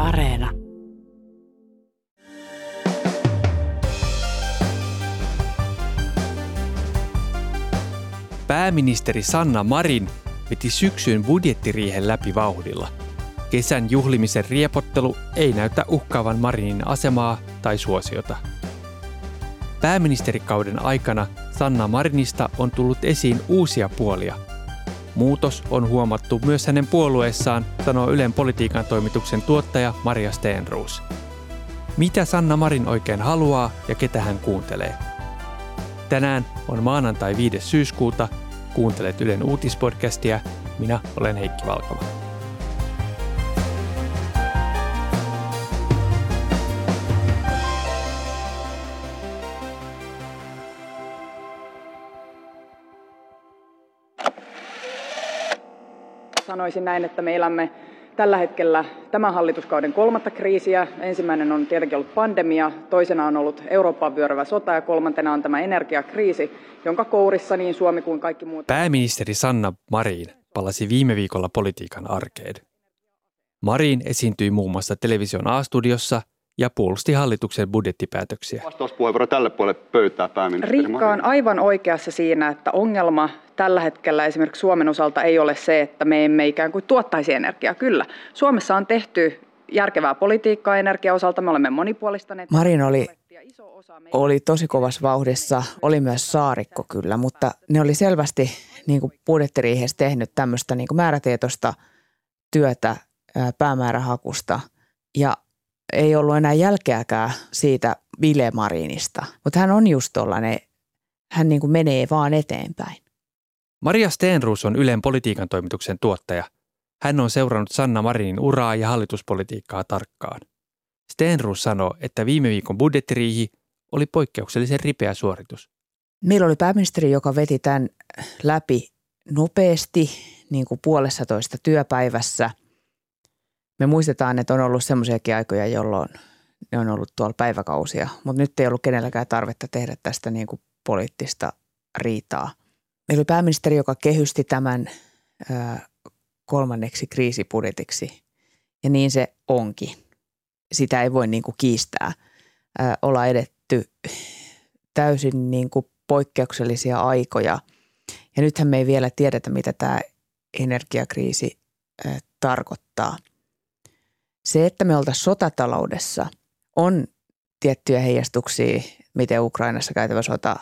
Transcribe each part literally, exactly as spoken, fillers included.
Areena. Pääministeri Sanna Marin veti syksyn budjettiriihen läpi vauhdilla. Kesän juhlimisen riepottelu ei näytä uhkaavan Marinin asemaa tai suosiota. Pääministerikauden aikana Sanna Marinista on tullut esiin uusia puolia. Muutos on huomattu myös hänen puolueessaan, sanoo Ylen politiikan toimituksen tuottaja Maria Stenroos. Mitä Sanna Marin oikein haluaa ja ketä hän kuuntelee? Tänään on maanantai viides syyskuuta. Kuuntelet Ylen uutispodcastia. Minä olen Heikki Valkama. Sanoisin näin, että me elämme tällä hetkellä tämän hallituskauden kolmatta kriisiä. Ensimmäinen on tietenkin ollut pandemia, toisena on ollut Eurooppaan vyöryvä sota ja kolmantena on tämä energiakriisi, jonka kourissa niin Suomi kuin kaikki muut. Pääministeri Sanna Marin palasi viime viikolla politiikan arkeen. Marin esiintyi muun muassa television A-studiossa ja puolusti hallituksen budjettipäätöksiä. Vastauspuheenvuoro tälle puolelle pöytää, pääministeri Marin. Riikka on aivan oikeassa siinä, että ongelma tällä hetkellä esimerkiksi Suomen osalta ei ole se, että me emme ikään kuin tuottaisi energiaa. Kyllä, Suomessa on tehty järkevää politiikkaa energian osalta, me olemme monipuolistaneet. Marin oli, oli tosi kovassa vauhdissa, oli myös Saarikko kyllä, mutta ne oli selvästi niin kuin budjettiriihessä tehnyt tämmöistä niin kuin määrätietoista työtä päämäärähakusta ja ei ollut enää jälkeäkään siitä Ville Marinista, mutta hän on just tollainen, hän niin kuin menee vaan eteenpäin. Maria Stenroos on Ylen politiikan toimituksen tuottaja. Hän on seurannut Sanna Marinin uraa ja hallituspolitiikkaa tarkkaan. Stenroos sanoo, että viime viikon budjettiriihi oli poikkeuksellisen ripeä suoritus. Meillä oli pääministeri, joka veti tämän läpi nopeasti, niin kuin puolessa toista työpäivässä. Me muistetaan, että on ollut semmoisiakin aikoja, jolloin ne on ollut tuolla päiväkausia, mutta nyt ei ollut kenelläkään tarvetta tehdä tästä niin kuin poliittista riitaa. Meillä oli pääministeri, joka kehysti tämän ö, kolmanneksi kriisibudjetiksi ja niin se onkin. Sitä ei voi niin kuin kiistää. Ö, olla edetty täysin niin kuin poikkeuksellisia aikoja ja nythän me ei vielä tiedetä, mitä tämä energiakriisi ö, tarkoittaa. Se, että me oltaisiin sotataloudessa, on tiettyjä heijastuksia, miten Ukrainassa käytävä sota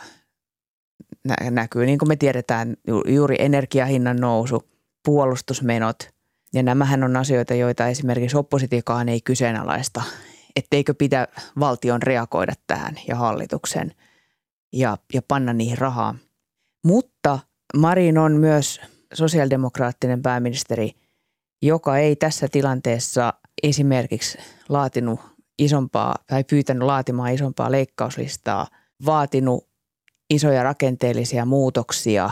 näkyy. Niin kuin me tiedetään, juuri energiahinnan nousu, puolustusmenot ja nämähän on asioita, joita esimerkiksi oppositiokaan ei kyseenalaista. Etteikö pidä valtion reagoida tähän ja hallituksen ja, ja panna niihin rahaa. Mutta Marin on myös sosiaalidemokraattinen pääministeri, joka ei tässä tilanteessa esimerkiksi laatinut isompaa tai pyytänyt laatimaan isompaa leikkauslistaa, vaatinut isoja rakenteellisia muutoksia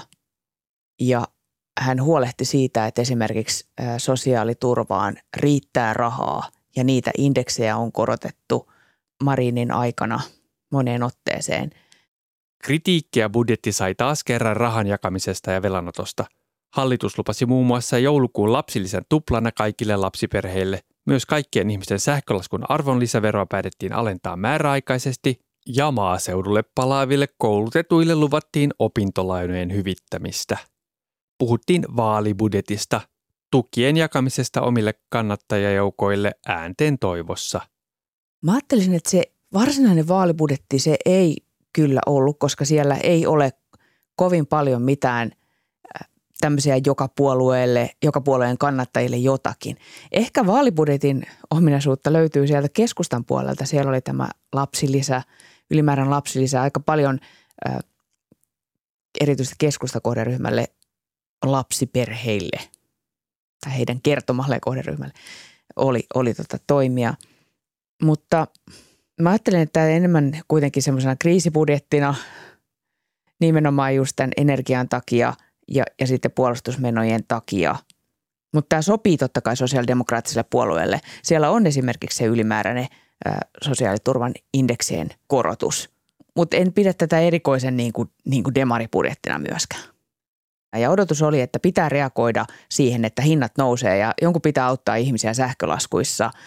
ja hän huolehti siitä, että esimerkiksi sosiaaliturvaan riittää rahaa ja niitä indeksejä on korotettu Marinin aikana moneen otteeseen. Kritiikkiä budjetti sai taas kerran rahan jakamisesta ja velanotosta. Hallitus lupasi muun muassa joulukuun lapsilisän tuplana kaikille lapsiperheille. Myös kaikkien ihmisten sähkölaskun arvonlisäveroa päätettiin alentaa määräaikaisesti ja maaseudulle palaaville koulutetuille luvattiin opintolainojen hyvittämistä. Puhuttiin vaalibudjetista, tukien jakamisesta omille kannattajajoukoille äänten toivossa. Mä ajattelisin, että se varsinainen vaalibudjetti se ei kyllä ollut, koska siellä ei ole kovin paljon mitään tämmöisiä joka puolueelle, joka puolueen kannattajille jotakin. Ehkä vaalibudjetin ominaisuutta löytyy sieltä keskustan puolelta. Siellä oli tämä lapsilisä, ylimääräinen lapsilisä, aika paljon ä, erityisesti keskustakohderyhmälle lapsiperheille tai heidän kertomalle kohderyhmälle oli, oli tota toimia. Mutta mä ajattelen, että enemmän kuitenkin semmoisena kriisibudjettina nimenomaan just tämän energian takia ja, ja sitten puolustusmenojen takia. Mutta tämä sopii totta kai sosiaalidemokraattiselle puolueelle. Siellä on esimerkiksi se ylimääräinen ä, sosiaaliturvan indeksien korotus. Mutta en pidä tätä erikoisen niin kuin, niin kuin demaribudjettina myöskään. Ja odotus oli, että pitää reagoida siihen, että hinnat nousee ja jonkun pitää auttaa ihmisiä sähkölaskuissa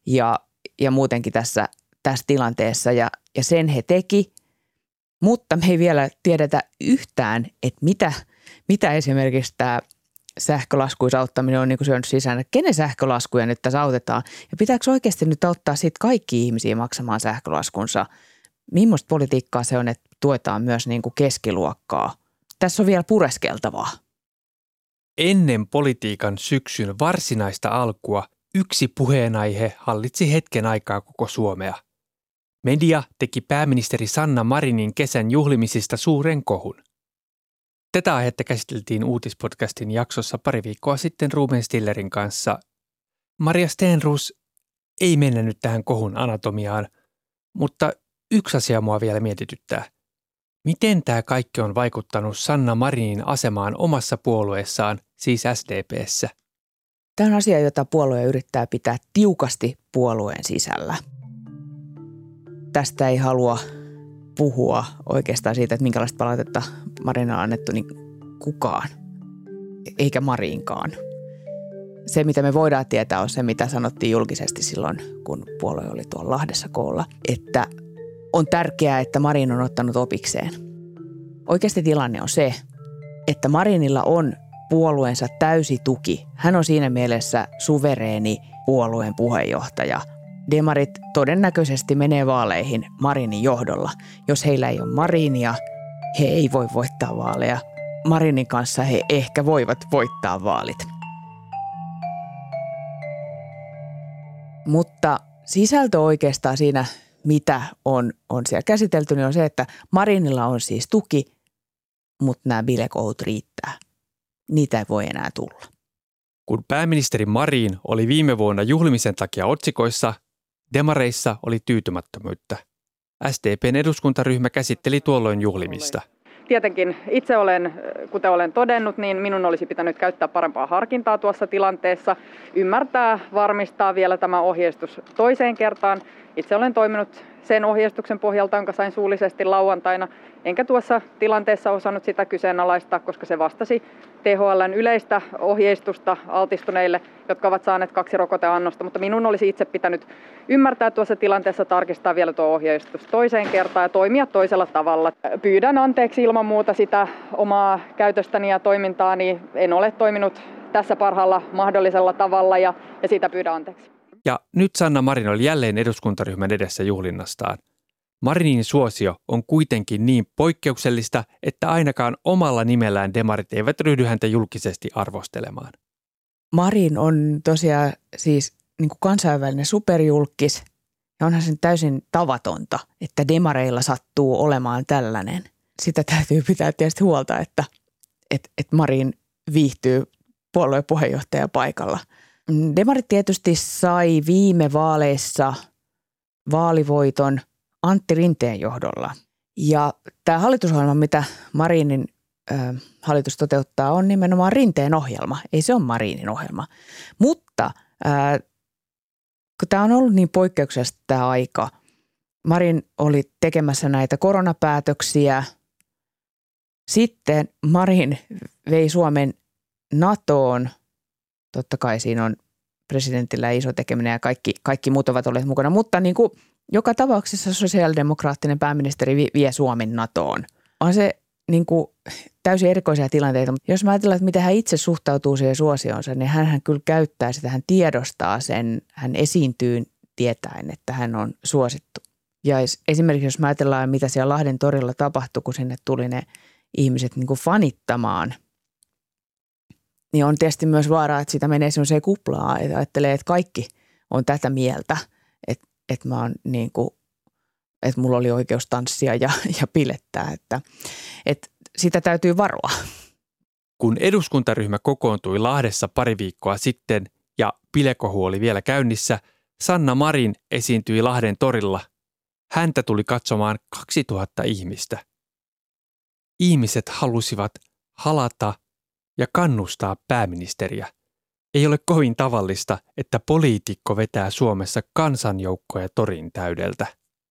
ja, ja muutenkin tässä, tässä tilanteessa ja, ja sen he teki, mutta me ei vielä tiedetä yhtään, että mitä, mitä esimerkiksi tämä sähkölaskuissa auttaminen on niin kuin syönyt sisään, että kenen sähkölaskuja nyt tässä autetaan ja pitääkö oikeasti nyt auttaa sitten kaikki ihmisiä maksamaan sähkölaskunsa. Millaista politiikkaa se on, että tuetaan myös niin kuin keskiluokkaa? Tässä on vielä pureskeltavaa. Ennen politiikan syksyn varsinaista alkua yksi puheenaihe hallitsi hetken aikaa koko Suomea. Media teki pääministeri Sanna Marinin kesän juhlimisista suuren kohun. Tätä aihetta käsiteltiin uutispodcastin jaksossa pari viikkoa sitten Ruben Stillerin kanssa. Maria Stenroos, ei mennä nyt tähän kohun anatomiaan, mutta yksi asia mua vielä mietityttää. Miten tämä kaikki on vaikuttanut Sanna Marinin asemaan omassa puolueessaan, siis S D P:ssä? Tämä on asia, jota puolue yrittää pitää tiukasti puolueen sisällä. Tästä ei halua puhua oikeastaan siitä, että minkälaista palautetta Marinilla on annettu, niin kukaan, eikä Marinkaan. Se, mitä me voidaan tietää, on se, mitä sanottiin julkisesti silloin, kun puolue oli tuolla Lahdessa koolla, että on tärkeää, että Marin on ottanut opikseen. Oikeasti tilanne on se, että Marinilla on puolueensa täysi tuki. Hän on siinä mielessä suvereeni puolueen puheenjohtaja. Demarit todennäköisesti menee vaaleihin Marinin johdolla. Jos heillä ei ole Marinia, he ei voi voittaa vaaleja. Marinin kanssa he ehkä voivat voittaa vaalit. Mutta sisältö oikeastaan siinä, mitä on, on siellä käsitelty, niin on se, että Marinilla on siis tuki, mutta nämä bilekohut riittää. Niitä ei voi enää tulla. Kun pääministeri Marin oli viime vuonna juhlimisen takia otsikoissa, demareissa oli tyytymättömyyttä. S D P:n eduskuntaryhmä käsitteli tuolloin juhlimista. Tietenkin itse olen, kuten olen todennut, niin minun olisi pitänyt käyttää parempaa harkintaa tuossa tilanteessa, ymmärtää, varmistaa vielä tämä ohjeistus toiseen kertaan. Itse olen toiminut sen ohjeistuksen pohjalta, jonka sain suullisesti lauantaina, enkä tuossa tilanteessa osannut sitä kyseenalaistaa, koska se vastasi T H L:n yleistä ohjeistusta altistuneille, jotka ovat saaneet kaksi rokoteannosta, mutta minun olisi itse pitänyt ymmärtää tuossa tilanteessa, tarkistaa vielä tuo ohjeistus toiseen kertaan ja toimia toisella tavalla. Pyydän anteeksi ilman muuta sitä omaa käytöstäni ja toimintaani. En ole toiminut tässä parhaalla mahdollisella tavalla ja, ja siitä pyydän anteeksi. Ja nyt Sanna Marin oli jälleen eduskuntaryhmän edessä juhlinnastaan. Marinin suosio on kuitenkin niin poikkeuksellista, että ainakaan omalla nimellään demarit eivät ryhdy häntä julkisesti arvostelemaan. Marin on tosiaan siis niin kuin kansainvälinen superjulkis ja onhan sen täysin tavatonta, että demareilla sattuu olemaan tällainen. Sitä täytyy pitää tietysti huolta, että, että, että Marin viihtyy puolueen puheenjohtajan paikalla. Demarit tietysti sai viime vaaleissa vaalivoiton Antti Rinteen johdolla. Ja tämä hallitusohjelma, mitä Marinin ö, hallitus toteuttaa, on nimenomaan Rinteen ohjelma. Ei se ole Marinin ohjelma. Mutta ö, kun tämä on ollut niin poikkeuksellista tämä aika, Marin oli tekemässä näitä koronapäätöksiä. Sitten Marin vei Suomen NATOon. Totta kai siinä on presidentillä iso tekeminen ja kaikki, kaikki muut ovat olleet mukana, mutta niin kuin joka tapauksessa sosiaalidemokraattinen pääministeri vie Suomen NATOon. On se niin kuin täysin erikoisia tilanteita, mutta jos mä ajatellaan, että miten hän itse suhtautuu siihen suosioonsa, niin hän kyllä käyttää sitä, hän tiedostaa sen, hän esiintyy tietäen, että hän on suosittu. Ja esimerkiksi jos mä ajatellaan, mitä siellä Lahden torilla tapahtui, kun sinne tuli ne ihmiset niin kuin fanittamaan, niin on tietysti myös vaaraa, että sitä menee semmoiseen kuplaan, että ajattelee, että kaikki on tätä mieltä, että, että mä oon niin kuin, että mulla oli oikeus tanssia ja, ja pilettää, että, että sitä täytyy varoa. Kun eduskuntaryhmä kokoontui Lahdessa pari viikkoa sitten ja pilekohu oli vielä käynnissä, Sanna Marin esiintyi Lahden torilla. Häntä tuli katsomaan kaksituhatta ihmistä. Ihmiset halusivat halata ja kannustaa pääministeriä. Ei ole kovin tavallista, että poliitikko vetää Suomessa kansanjoukkoja torin täydeltä.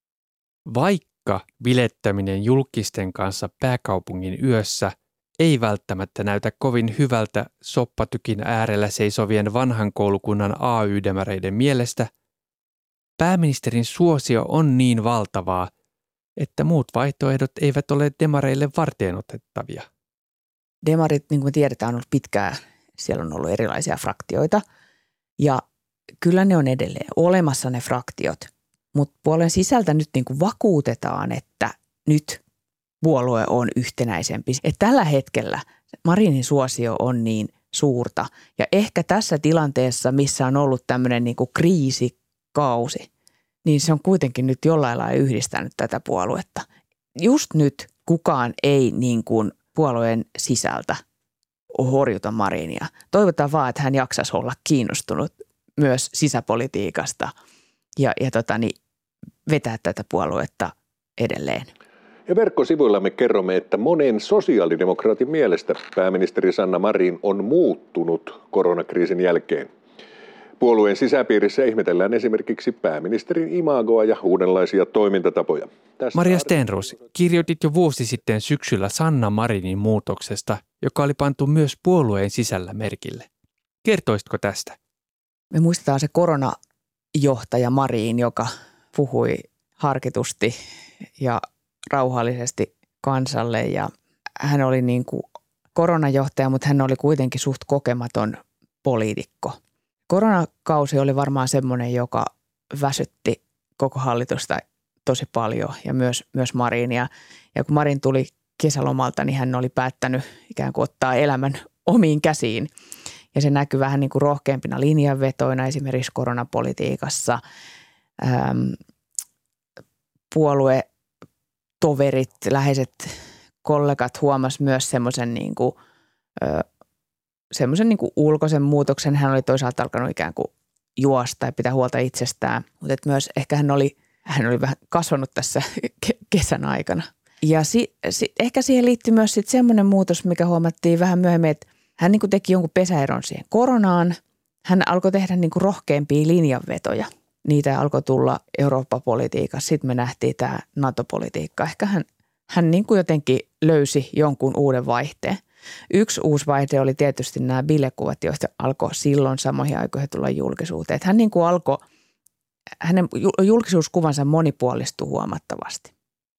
Vaikka bilettäminen julkisten kanssa pääkaupungin yössä ei välttämättä näytä kovin hyvältä soppatykin äärellä seisovien vanhan koulukunnan A Y-demareiden mielestä, Pääministerin suosio on niin valtavaa, että muut vaihtoehdot eivät ole demareille varteenotettavia. Demarit, niin kuin me tiedetään, on ollut pitkään, siellä on ollut erilaisia fraktioita ja kyllä ne on edelleen olemassa ne fraktiot, mutta puolueen sisältä nyt niin kuin vakuutetaan, että nyt puolue on yhtenäisempi. Että tällä hetkellä Marinin suosio on niin suurta ja ehkä tässä tilanteessa, missä on ollut tämmöinen niin kuin kriisikausi, niin se on kuitenkin nyt jollain lailla yhdistänyt tätä puoluetta. Just nyt kukaan ei niin kuin puolueen sisältä horjuta Marinia. Toivotaan vaan, että hän jaksaisi olla kiinnostunut myös sisäpolitiikasta ja, ja tota, niin vetää tätä puoluetta edelleen. Ja verkkosivuillamme kerromme, että monen sosiaalidemokraatin mielestä pääministeri Sanna Marin on muuttunut koronakriisin jälkeen. Puolueen sisäpiirissä ihmetellään esimerkiksi pääministerin imagoa ja uudenlaisia toimintatapoja. Tästä Maria Stenros, kirjoitit jo vuosi sitten syksyllä Sanna Marinin muutoksesta, joka oli pantu myös puolueen sisällä merkille. Kertoisitko tästä? Me muistetaan se koronajohtaja Marin, joka puhui harkitusti ja rauhallisesti kansalle ja hän oli niin kuin koronajohtaja, mutta hän oli kuitenkin suht kokematon poliitikko. Koronakausi oli varmaan semmoinen, joka väsytti koko hallitusta tosi paljon ja myös, myös Marinia. Ja kun Marin tuli kesälomalta, niin hän oli päättänyt ikään kuin ottaa elämän omiin käsiin. Ja se näkyy vähän niin kuin rohkeampina linjanvetoina esimerkiksi koronapolitiikassa. Ähm, puoluetoverit, läheiset kollegat huomasi myös semmoisen niin kuin, ö, semmoisen niin kuin ulkoisen muutoksen. Hän oli toisaalta alkanut ikään kuin juosta ja pitää huolta itsestään, mutta myös ehkä hän oli, hän oli vähän kasvanut tässä kesän aikana. Ja si, si, ehkä siihen liittyy myös sitten semmoinen muutos, mikä huomattiin vähän myöhemmin, että hän niin kuin teki jonkun pesäeron siihen koronaan. Hän alkoi tehdä niin kuin rohkeampia linjanvetoja. Niitä alkoi tulla Eurooppa-politiikassa. Sitten me nähtiin tämä NATO-politiikka. Ehkä hän, hän niin kuin jotenkin löysi jonkun uuden vaihteen. Yksi uusi vaihde oli tietysti nämä bilekuvat, joista alkoi silloin samoihin aikoihin tulla julkisuuteen. Että hän niin kuin alkoi, hänen julkisuuskuvansa monipuolistui huomattavasti.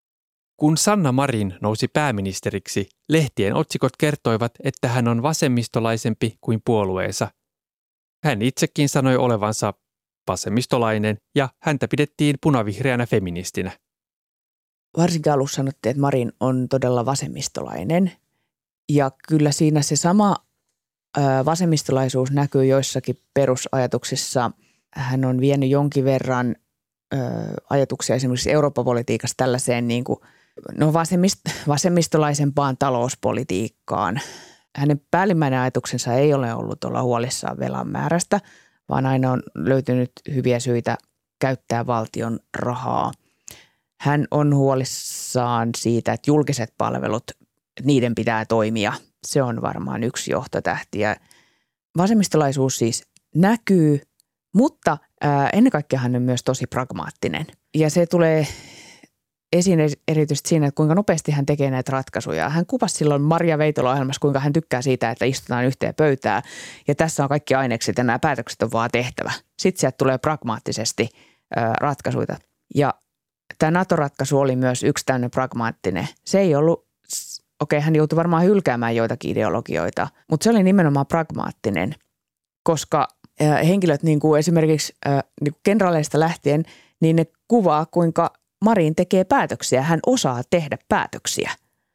Kun Sanna Marin nousi pääministeriksi, lehtien otsikot kertoivat, että hän on vasemmistolaisempi kuin puolueensa. Hän itsekin sanoi olevansa vasemmistolainen ja häntä pidettiin punavihreänä feministinä. Varsinkin alussa sanottiin, että Marin on todella vasemmistolainen. Ja kyllä siinä se sama ö, vasemmistolaisuus näkyy joissakin perusajatuksissa. Hän on vienyt jonkin verran ö, ajatuksia esimerkiksi Eurooppa-politiikassa tällaiseen niin kuin, no vasemmist, vasemmistolaisempaan talouspolitiikkaan. Hänen päällimmäinen ajatuksensa ei ole ollut olla huolissaan velan määrästä, vaan aina on löytynyt hyviä syitä käyttää valtion rahaa. Hän on huolissaan siitä, että julkiset palvelut, niiden pitää toimia. Se on varmaan yksi johtotähti. Ja vasemmistolaisuus siis näkyy, mutta ää, ennen kaikkea hän on myös tosi pragmaattinen. Ja se tulee esiin erityisesti siinä, että kuinka nopeasti hän tekee näitä ratkaisuja. Hän kuvasi silloin Maria Veitola-ohjelmassa, kuinka hän tykkää siitä, että istutaan yhteen pöytään ja tässä on kaikki ainekset ja nämä päätökset on vaan tehtävä. Sitten sieltä tulee pragmaattisesti ää, ratkaisuja. Ja tämä NATO-ratkaisu oli myös yksi tämmöinen pragmaattinen. Se ei ollut, okei, hän joutui varmaan hylkäämään joitakin ideologioita, mutta se oli nimenomaan pragmaattinen, koska ää, henkilöt niin kuin esimerkiksi ää, niin kuin kenraaleista lähtien, niin ne kuvaa, kuinka Marin tekee päätöksiä. Hän osaa tehdä päätöksiä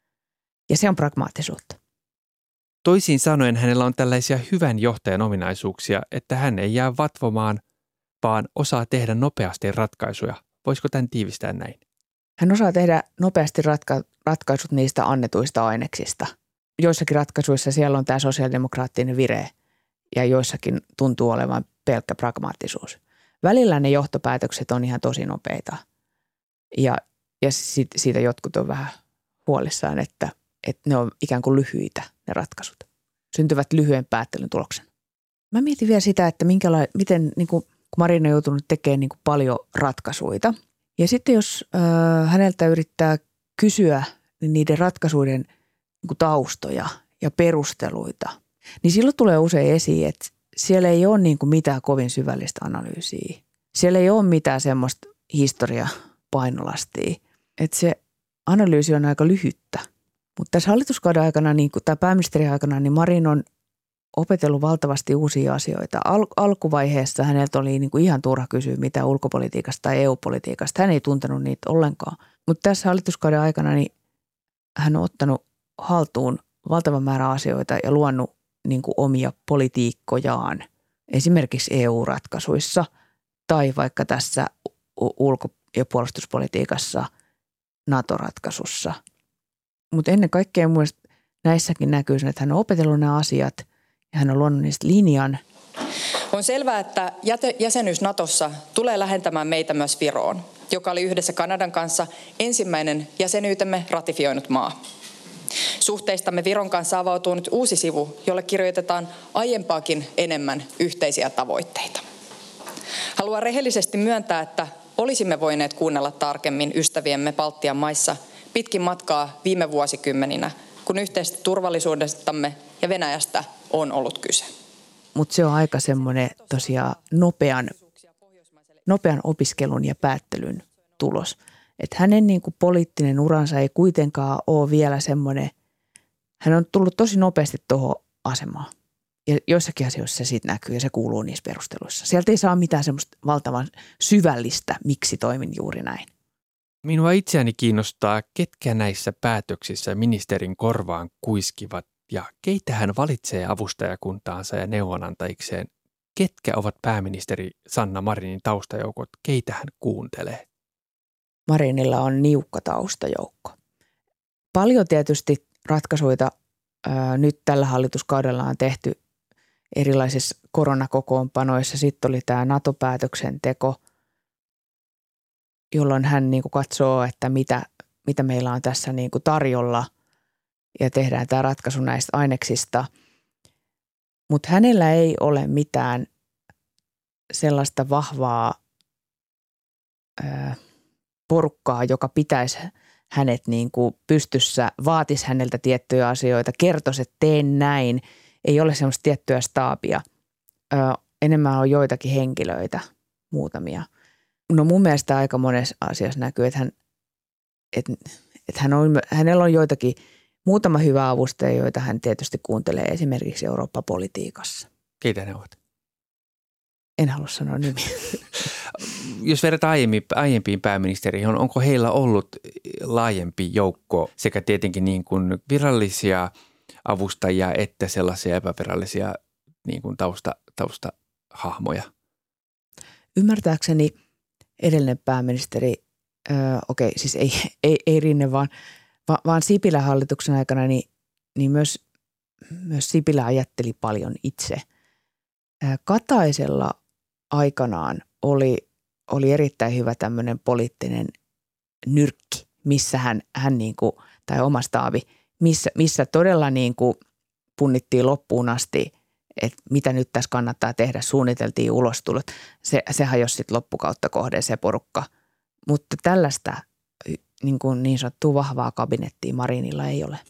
ja se on pragmaattisuutta. Toisin sanoen hänellä on tällaisia hyvän johtajan ominaisuuksia, että hän ei jää vatvomaan, vaan osaa tehdä nopeasti ratkaisuja. Voisiko tämän tiivistää näin? Hän osaa tehdä nopeasti ratka- ratkaisut niistä annetuista aineksista. Joissakin ratkaisuissa siellä on tämä sosiaalidemokraattinen vire ja joissakin tuntuu olevan pelkkä pragmaattisuus. Välillä ne johtopäätökset on ihan tosi nopeita ja, ja sit, siitä jotkut on vähän huolissaan, että, että ne on ikään kuin lyhyitä ne ratkaisut. Syntyvät lyhyen päättelyn tuloksena. Mä mietin vielä sitä, että minkäla- miten niin kuin, kun Marin on joutunut tekemään niin kuin paljon ratkaisuja. Ja sitten jos äh, häneltä yrittää kysyä niin niiden ratkaisuiden niin kuin taustoja ja perusteluita, niin silloin tulee usein esiin, että siellä ei ole niin kuin mitään kovin syvällistä analyysiä Siellä ei ole mitään semmoista historiapainolastia. Että se analyysi on aika lyhyttä. Mutta tässä hallituskauden aikana niin, tai pääministerin aikana niin Marin on opetellut valtavasti uusia asioita. Al- alkuvaiheessa häneltä oli niin kuin ihan turha kysyä mitään ulkopolitiikasta tai E U-politiikasta. Hän ei tuntenut niitä ollenkaan. Mutta tässä hallituskauden aikana niin hän on ottanut haltuun valtavan määrän asioita ja luonut niin kuin omia politiikkojaan. Esimerkiksi E U-ratkaisuissa tai vaikka tässä ulko- ja puolustuspolitiikassa NATO-ratkaisussa. Mutta ennen kaikkea mun mielestä näissäkin näkyy sen, että hän on opetellut nämä asiat ja hän on luonut niistä linjan. On selvää, että jäsenyys Natossa tulee lähentämään meitä myös Viroon, joka oli yhdessä Kanadan kanssa ensimmäinen jäsenyytemme ratifioinut maa. Suhteistamme Viron kanssa avautuu nyt uusi sivu, jolle kirjoitetaan aiempaakin enemmän yhteisiä tavoitteita. Haluan rehellisesti myöntää, että olisimme voineet kuunnella tarkemmin ystäviemme Baltian maissa pitkin matkaa viime vuosikymmeninä, kun yhteisestä turvallisuudestamme ja Venäjästä on ollut kyse. Mutta se on aika semmoinen tosiaan nopean, nopean opiskelun ja päättelyn tulos. Että hänen niin kuin poliittinen uransa ei kuitenkaan ole vielä semmoinen, hän on tullut tosi nopeasti tuohon asemaan. Ja joissakin asioissa se siitä näkyy ja se kuuluu niissä perusteluissa. Sieltä ei saa mitään semmoista valtavan syvällistä, miksi toimin juuri näin. Minua itseäni kiinnostaa, ketkä näissä päätöksissä ministerin korvaan kuiskivat ja keitä hän valitsee avustajakuntaansa ja neuvonantajikseen. Ketkä ovat pääministeri Sanna Marinin taustajoukot, keitä hän kuuntelee? Marinilla on niukka taustajoukko. Paljon tietysti ratkaisuja ää, nyt tällä hallituskaudella on tehty erilaisissa koronakokoonpanoissa. Sitten oli tämä NATO-päätöksenteko, jolloin hän niin kuin katsoo, että mitä, mitä meillä on tässä niin kuin tarjolla ja tehdään tämä ratkaisu näistä aineksista. Mutta hänellä ei ole mitään sellaista vahvaa ää, porukkaa, joka pitäisi hänet niin kuin pystyssä, vaatisi häneltä tiettyjä asioita, kertoisi, että teen näin. Ei ole semmoista tiettyä staapia. Ö, enemmän on joitakin henkilöitä, muutamia. No mun mielestä aika monessa asiassa näkyy, että, hän, että, että hän on, hänellä on joitakin, muutama hyvä avustaja, joita hän tietysti kuuntelee esimerkiksi Eurooppa-politiikassa. Keitä ne ovat? En halua sanoa nimiä. Jos verrataan aiempiin, aiempiin pääministeriin, onko heillä ollut laajempi joukko sekä tietenkin niin kuin virallisia avustajia että sellaisia epävirallisia niin kuin tausta, taustahahmoja? Ymmärtääkseni edellinen pääministeri, öö, okei siis ei, ei, ei Rinne, vaan, va, vaan Sipilän hallituksen aikana, niin, niin myös, myös Sipilä ajatteli paljon itse. Öö, Kataisella aikanaan oli, oli erittäin hyvä tämmöinen poliittinen nyrkki, missä hän, hän niin kuin, tai oma staabi, missä, missä todella niin kuin punnittiin loppuun asti, että mitä nyt tässä kannattaa tehdä, suunniteltiin ulostulot. Se, se hajosi sitten loppukautta kohden se porukka. Mutta tällaista niin, kuin niin sanottua vahvaa kabinettia Marinilla ei ole.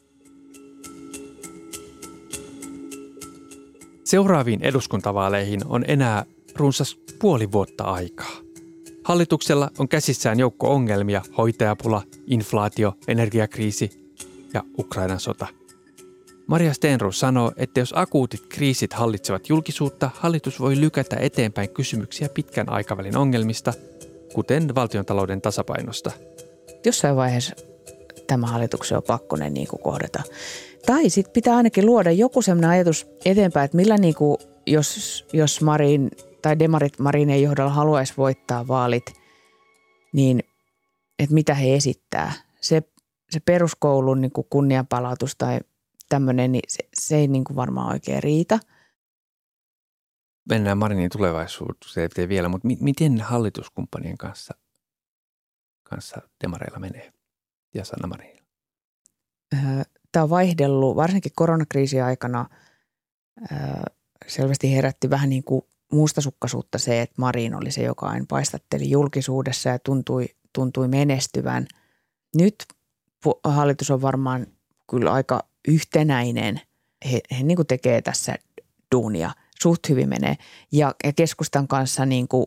Seuraaviin eduskuntavaaleihin on enää runsas puoli vuotta aikaa. Hallituksella on käsissään joukko ongelmia, hoitajapula, inflaatio, energiakriisi ja Ukrainan sota. Maria Stenroos sanoo, että jos akuutit kriisit hallitsevat julkisuutta, hallitus voi lykätä eteenpäin kysymyksiä pitkän aikavälin ongelmista, kuten valtiontalouden tasapainosta. Jossain vaiheessa tämä hallituksen on pakko ne niin kuin kohdata. Tai sitten pitää ainakin luoda joku sellainen ajatus eteenpäin, että millä niin kuin, jos, jos Marin tai demarit Marinin johdolla haluaisi voittaa vaalit, niin että mitä he esittää. Se, se peruskoulun niin kuin kunnianpalautus tai tämmöinen, niin se, se ei niin kuin varmaan oikein riitä. Mennään Marinin tulevaisuuteen vielä, mutta mi- miten hallituskumppanien kanssa, kanssa demareilla menee ja Sanna Marinilla? Tämä on vaihdellut, varsinkin koronakriisin aikana selvästi herätti vähän niin kuin mustasukkaisuutta se, että Marin oli se, joka aina paistatteli julkisuudessa ja tuntui, tuntui menestyvän. Nyt hallitus on varmaan kyllä aika yhtenäinen. He, he niin kuin tekee tässä duunia. Suht hyvin menee. Ja, ja keskustan kanssa niin kuin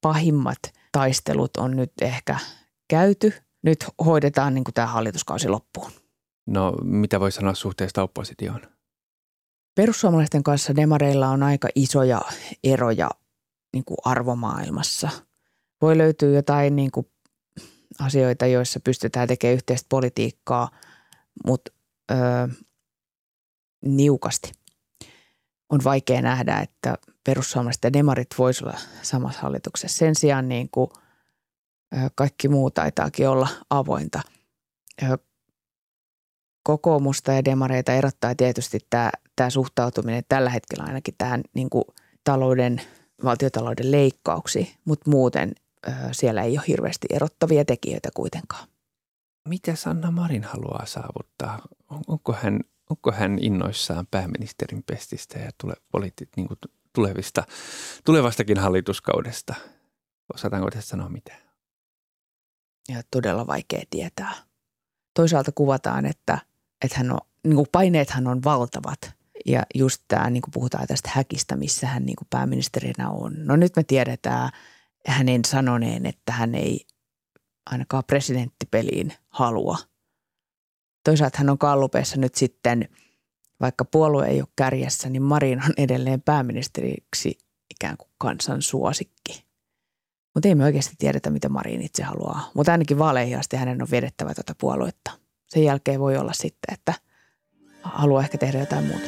pahimmat taistelut on nyt ehkä käyty. Nyt hoidetaan niin kuin tämä hallituskausi loppuun. No mitä voi sanoa suhteesta oppositioon? Perussuomalaisten kanssa demareilla on aika isoja eroja niin kuin arvomaailmassa. Voi löytyä jotain niin kuin asioita, joissa pystytään tekemään yhteistä politiikkaa, mutta öö, niukasti. On vaikea nähdä, että perussuomalaiset ja demarit voisivat olla samassa hallituksessa. Sen sijaan niin kuin, öö, kaikki muu taitaakin olla avointa. Öö, kokoomusta ja demareita erottaa tietysti tämä, tämä suhtautuminen tällä hetkellä ainakin tähän niin kuin talouden, valtiotalouden leikkauksiin, mutta muuten öö, siellä ei ole hirveästi erottavia tekijöitä kuitenkaan. Mitä Sanna Marin haluaa saavuttaa? On, onko, hän, onko hän innoissaan pääministerin pestistä ja tule, poliitti, niin kuin tulevista, tulevastakin hallituskaudesta? Osataanko tästä sanoa mitään? Ja todella vaikea tietää. Toisaalta kuvataan, että, että hän on, niin kuin paineethan on valtavat. Ja just tämä, niin kuin puhutaan tästä häkistä, missä hän niin kuin pääministerinä on. No nyt me tiedetään hänen sanoneen, että hän ei ainakaan presidenttipeliin halua. Toisaalta hän on gallupeissa nyt sitten, vaikka puolue ei ole kärjessä, niin Marin on edelleen pääministeriksi ikään kuin kansan suosikki. Mutta ei me oikeasti tiedetä, mitä Marin itse haluaa. Mutta ainakin vaaleihin asti hänen on vedettävä tuota puoluetta. Sen jälkeen voi olla sitten, että haluaa ehkä tehdä jotain muuta.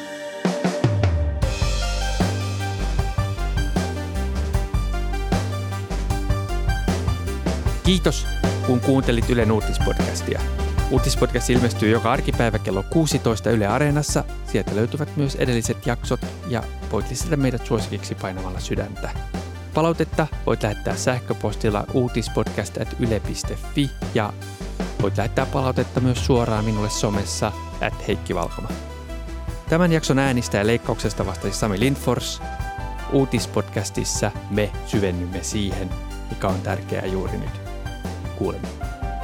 Kiitos, kun kuuntelit Ylen uutispodcastia. Uutispodcast ilmestyy joka arkipäivä kello kuusitoista Yle Areenassa. Sieltä löytyvät myös edelliset jaksot ja voit lisätä meidät suosikiksi painamalla sydäntä. Palautetta voit lähettää sähköpostilla uutispodcast at yle piste fi ja voit lähettää palautetta myös suoraan minulle somessa at Heikki Valkoma. Tämän jakson äänistä ja leikkauksesta vastasi Sami Lindfors. Uutispodcastissa me syvennymme siihen, mikä on tärkeää juuri nyt. Kuulemme.